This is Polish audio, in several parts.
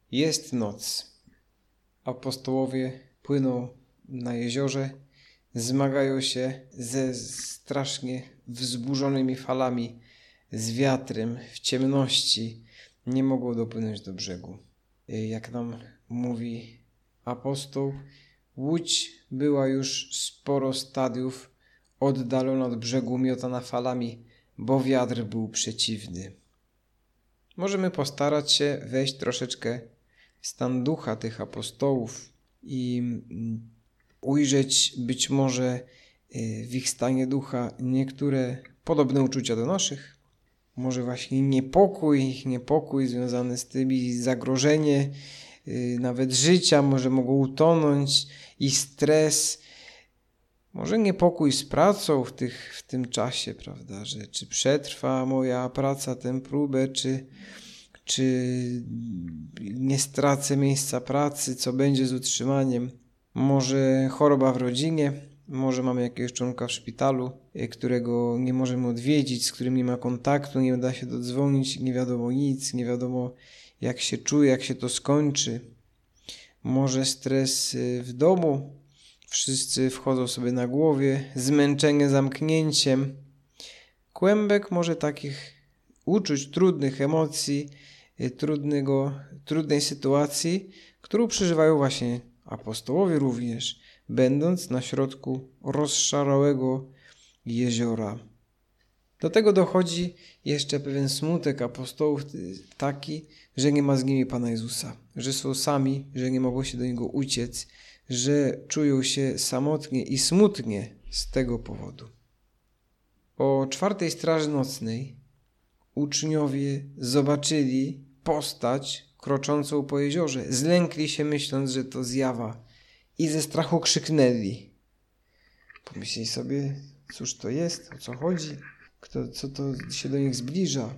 Jest noc. Apostołowie płyną na jeziorze, zmagają się ze strasznie wzburzonymi falami, z wiatrem, w ciemności. Nie mogą dopłynąć do brzegu. Jak nam mówi apostoł, łódź była już sporo stadiów oddalona od brzegu, miotana falami, bo wiatr był przeciwny. Możemy postarać się wejść troszeczkę w stan ducha tych apostołów i ujrzeć być może w ich stanie ducha niektóre podobne uczucia do naszych. Może właśnie niepokój związany z tym i zagrożenie nawet życia, może mogą utonąć i stres. Może niepokój z pracą w tym czasie, prawda, że czy przetrwa moja praca tę próbę, czy nie stracę miejsca pracy, co będzie z utrzymaniem. Może choroba w rodzinie, może mamy jakiegoś członka w szpitalu, którego nie możemy odwiedzić, z którym nie ma kontaktu, nie da się dodzwonić, nie wiadomo nic, nie wiadomo jak się czuje, jak się to skończy. Może stres w domu, wszyscy wchodzą sobie na głowie, zmęczenie zamknięciem. Kłębek może takich uczuć, trudnych emocji, trudnej sytuacji, którą przeżywają właśnie apostołowie również, będąc na środku rozszarałego jeziora. Do tego dochodzi jeszcze pewien smutek apostołów taki, że nie ma z nimi Pana Jezusa, że są sami, że nie mogą się do Niego uciec, że czują się samotnie i smutnie z tego powodu. O 4 straży nocnej uczniowie zobaczyli postać kroczącą po jeziorze. Zlękli się, myśląc, że to zjawa i ze strachu krzyknęli. Pomyśleli sobie, cóż to jest, o co chodzi, co to się do nich zbliża.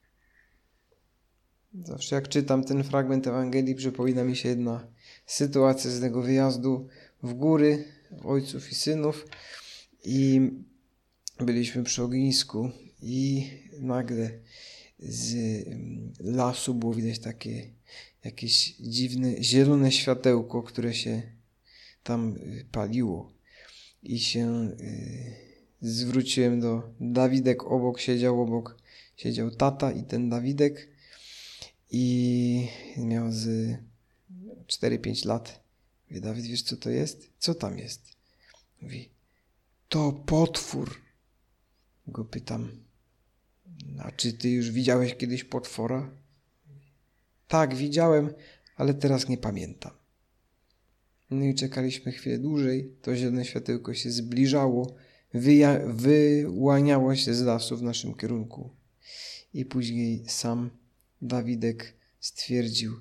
Zawsze jak czytam ten fragment Ewangelii, przypomina mi się jedna sytuacja z tego wyjazdu w góry ojców i synów i byliśmy przy ognisku i nagle z lasu było widać takie jakieś dziwne, zielone światełko, które się tam paliło. I się zwróciłem do Dawidek siedział tata i ten Dawidek i miał z 4-5 lat. Mówi, Dawid, wiesz co to jest? Co tam jest? Mówi, to potwór. Go pytam, a czy ty już widziałeś kiedyś potwora? Tak, widziałem, ale teraz nie pamiętam. No i czekaliśmy chwilę dłużej, to zielone światełko się zbliżało, wyłaniało się z lasu w naszym kierunku. I później sam Dawidek stwierdził,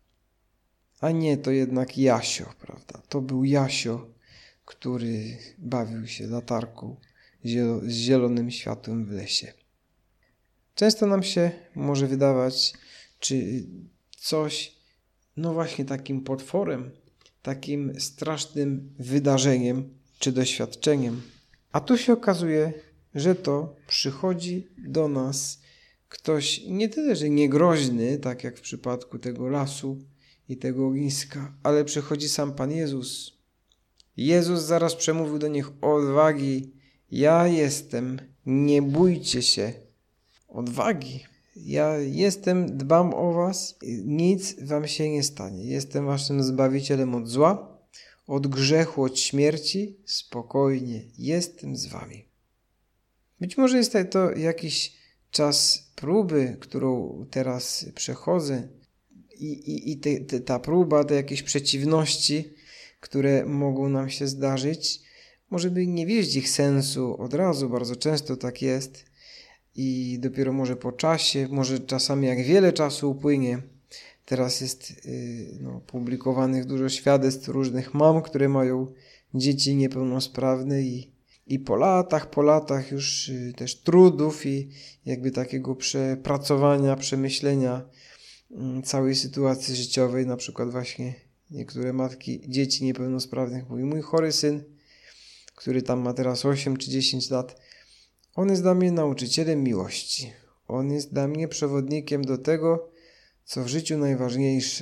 a nie, to jednak Jasio, prawda? To był Jasio, który bawił się latarką z zielonym światłem w lesie. Często nam się może wydawać, czy coś, no właśnie takim potworem, takim strasznym wydarzeniem czy doświadczeniem. A tu się okazuje, że to przychodzi do nas ktoś nie tyle, że niegroźny, tak jak w przypadku tego lasu i tego ogniska, ale przychodzi sam Pan Jezus. Jezus zaraz przemówił do nich odwagi. Ja jestem, nie bójcie się. Odwagi. Ja jestem, dbam o was, nic wam się nie stanie. Jestem waszym Zbawicielem od zła, od grzechu, od śmierci. Spokojnie, jestem z wami. Być może jest to jakiś czas próby, którą teraz przechodzę i ta próba, te jakieś przeciwności, które mogą nam się zdarzyć, może by nie wiedzieć ich sensu od razu, bardzo często tak jest i dopiero może po czasie, może czasami jak wiele czasu upłynie. Teraz jest publikowanych dużo świadectw różnych mam, które mają dzieci niepełnosprawne i po latach już też trudów i jakby takiego przepracowania, przemyślenia całej sytuacji życiowej, na przykład właśnie niektóre matki dzieci niepełnosprawnych mówi, mój chory syn, który tam ma teraz 8 czy 10 lat, on jest dla mnie nauczycielem miłości. On jest dla mnie przewodnikiem do tego, co w życiu najważniejsze.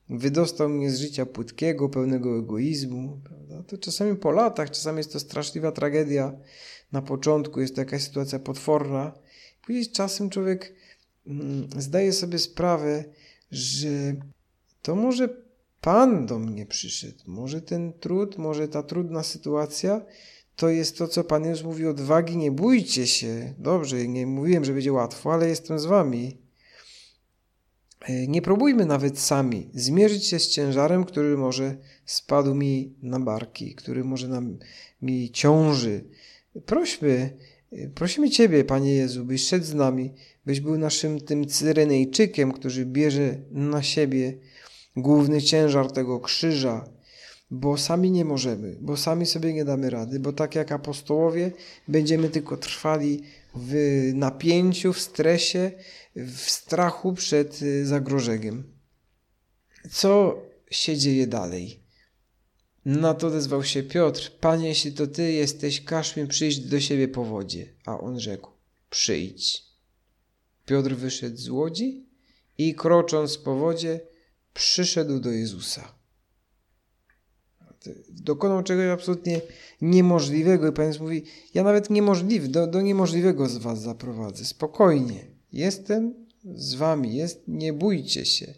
wydostał mnie z życia płytkiego, pełnego egoizmu. Prawda? To czasami po latach, czasami jest to straszliwa tragedia. Na początku jest to jakaś sytuacja potworna. Później z czasem człowiek zdaje sobie sprawę, że to może Pan do mnie przyszedł. Może ten trud, może ta trudna sytuacja to jest to, co Pan Jezus mówi: odwagi, nie bójcie się. Dobrze, nie mówiłem, że będzie łatwo, ale jestem z wami. Nie próbujmy nawet sami zmierzyć się z ciężarem, który może spadł mi na barki, który może mi ciąży. Prosimy Ciebie, Panie Jezu, byś szedł z nami, byś był naszym tym Cyrenejczykiem, który bierze na siebie główny ciężar tego krzyża, bo sami nie możemy, bo sami sobie nie damy rady, bo tak jak apostołowie będziemy tylko trwali w napięciu, w stresie, w strachu przed zagrożeniem. Co się dzieje dalej? Na to odezwał się Piotr: Panie, jeśli to Ty jesteś, każ mi przyjść do siebie po wodzie. A on rzekł: przyjdź. Piotr wyszedł z łodzi i krocząc po wodzie przyszedł do Jezusa. Dokonał czegoś absolutnie niemożliwego i Pan Jezus mówi: ja nawet do niemożliwego z was zaprowadzę. Spokojnie. Jestem z wami. Nie bójcie się.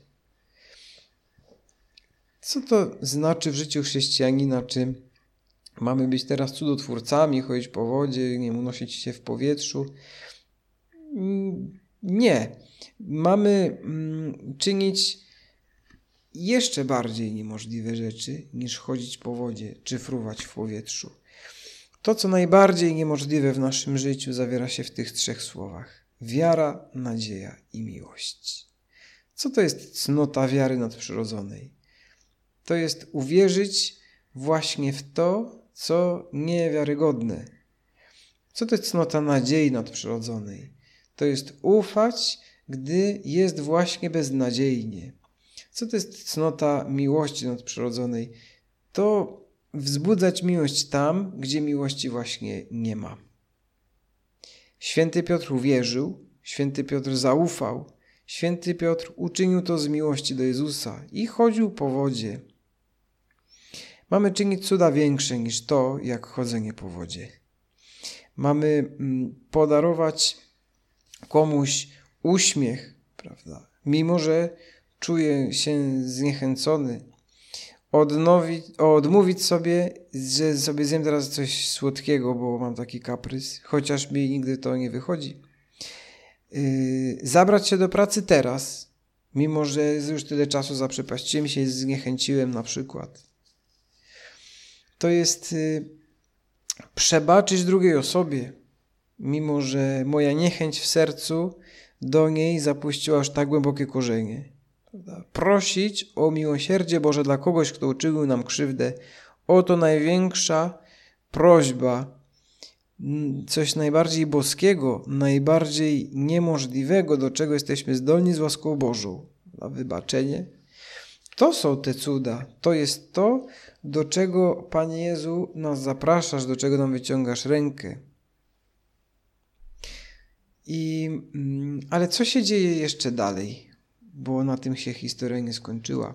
Co to znaczy w życiu chrześcijanina? Czy mamy być teraz cudotwórcami, chodzić po wodzie, nie unosić się w powietrzu? Nie. Mamy czynić jeszcze bardziej niemożliwe rzeczy niż chodzić po wodzie czy fruwać w powietrzu. To, co najbardziej niemożliwe w naszym życiu, zawiera się w tych 3 słowach: wiara, nadzieja i miłość. Co to jest cnota wiary nadprzyrodzonej? To jest uwierzyć właśnie w to, co niewiarygodne. Co to jest cnota nadziei nadprzyrodzonej? To jest ufać, gdy jest właśnie beznadziejnie. Co to jest cnota miłości nadprzyrodzonej? To wzbudzać miłość tam, gdzie miłości właśnie nie ma. Święty Piotr uwierzył, Święty Piotr zaufał, Święty Piotr uczynił to z miłości do Jezusa i chodził po wodzie. Mamy czynić cuda większe niż to, jak chodzenie po wodzie. Mamy podarować komuś uśmiech, prawda? Mimo że czuje się zniechęcony, odmówić sobie, że sobie zjem teraz coś słodkiego, bo mam taki kaprys, chociaż mi nigdy to nie wychodzi. Zabrać się do pracy teraz, mimo że już tyle czasu zaprzepaściłem się, zniechęciłem na przykład. To jest przebaczyć drugiej osobie, mimo że moja niechęć w sercu do niej zapuściła aż tak głębokie korzenie. Prosić o miłosierdzie Boże dla kogoś, kto uczynił nam krzywdę. Oto największa prośba, coś najbardziej boskiego, najbardziej niemożliwego, do czego jesteśmy zdolni z łaską Bożą. Na wybaczenie. To są te cuda. To jest to, do czego, Panie Jezu, nas zapraszasz, do czego nam wyciągasz rękę. Ale co się dzieje jeszcze dalej? Bo na tym się historia nie skończyła.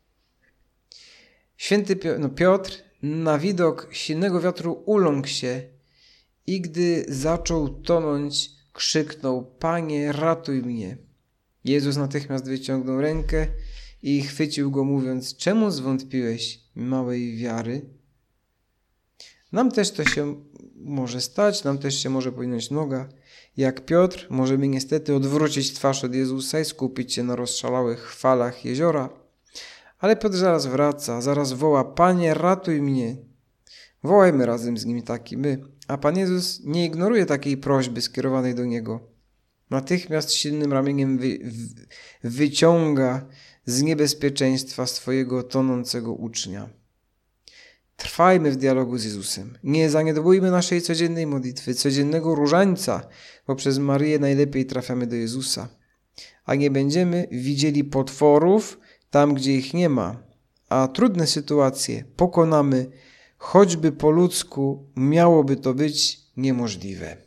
Święty Piotr na widok silnego wiatru uląkł się i gdy zaczął tonąć, krzyknął: Panie, ratuj mnie. Jezus natychmiast wyciągnął rękę i chwycił go, mówiąc: czemu zwątpiłeś, małej wiary? Nam też to się może stać, nam też się może powinąć noga. Jak Piotr, możemy niestety odwrócić twarz od Jezusa i skupić się na rozszalałych falach jeziora. Ale Piotr zaraz wraca, zaraz woła: Panie, ratuj mnie. Wołajmy razem z nim taki my. A Pan Jezus nie ignoruje takiej prośby skierowanej do Niego. Natychmiast silnym ramieniem wyciąga z niebezpieczeństwa swojego tonącego ucznia. Trwajmy w dialogu z Jezusem. Nie zaniedbujmy naszej codziennej modlitwy, codziennego różańca, bo przez Maryję najlepiej trafiamy do Jezusa. A nie będziemy widzieli potworów tam, gdzie ich nie ma, a trudne sytuacje pokonamy, choćby po ludzku miałoby to być niemożliwe.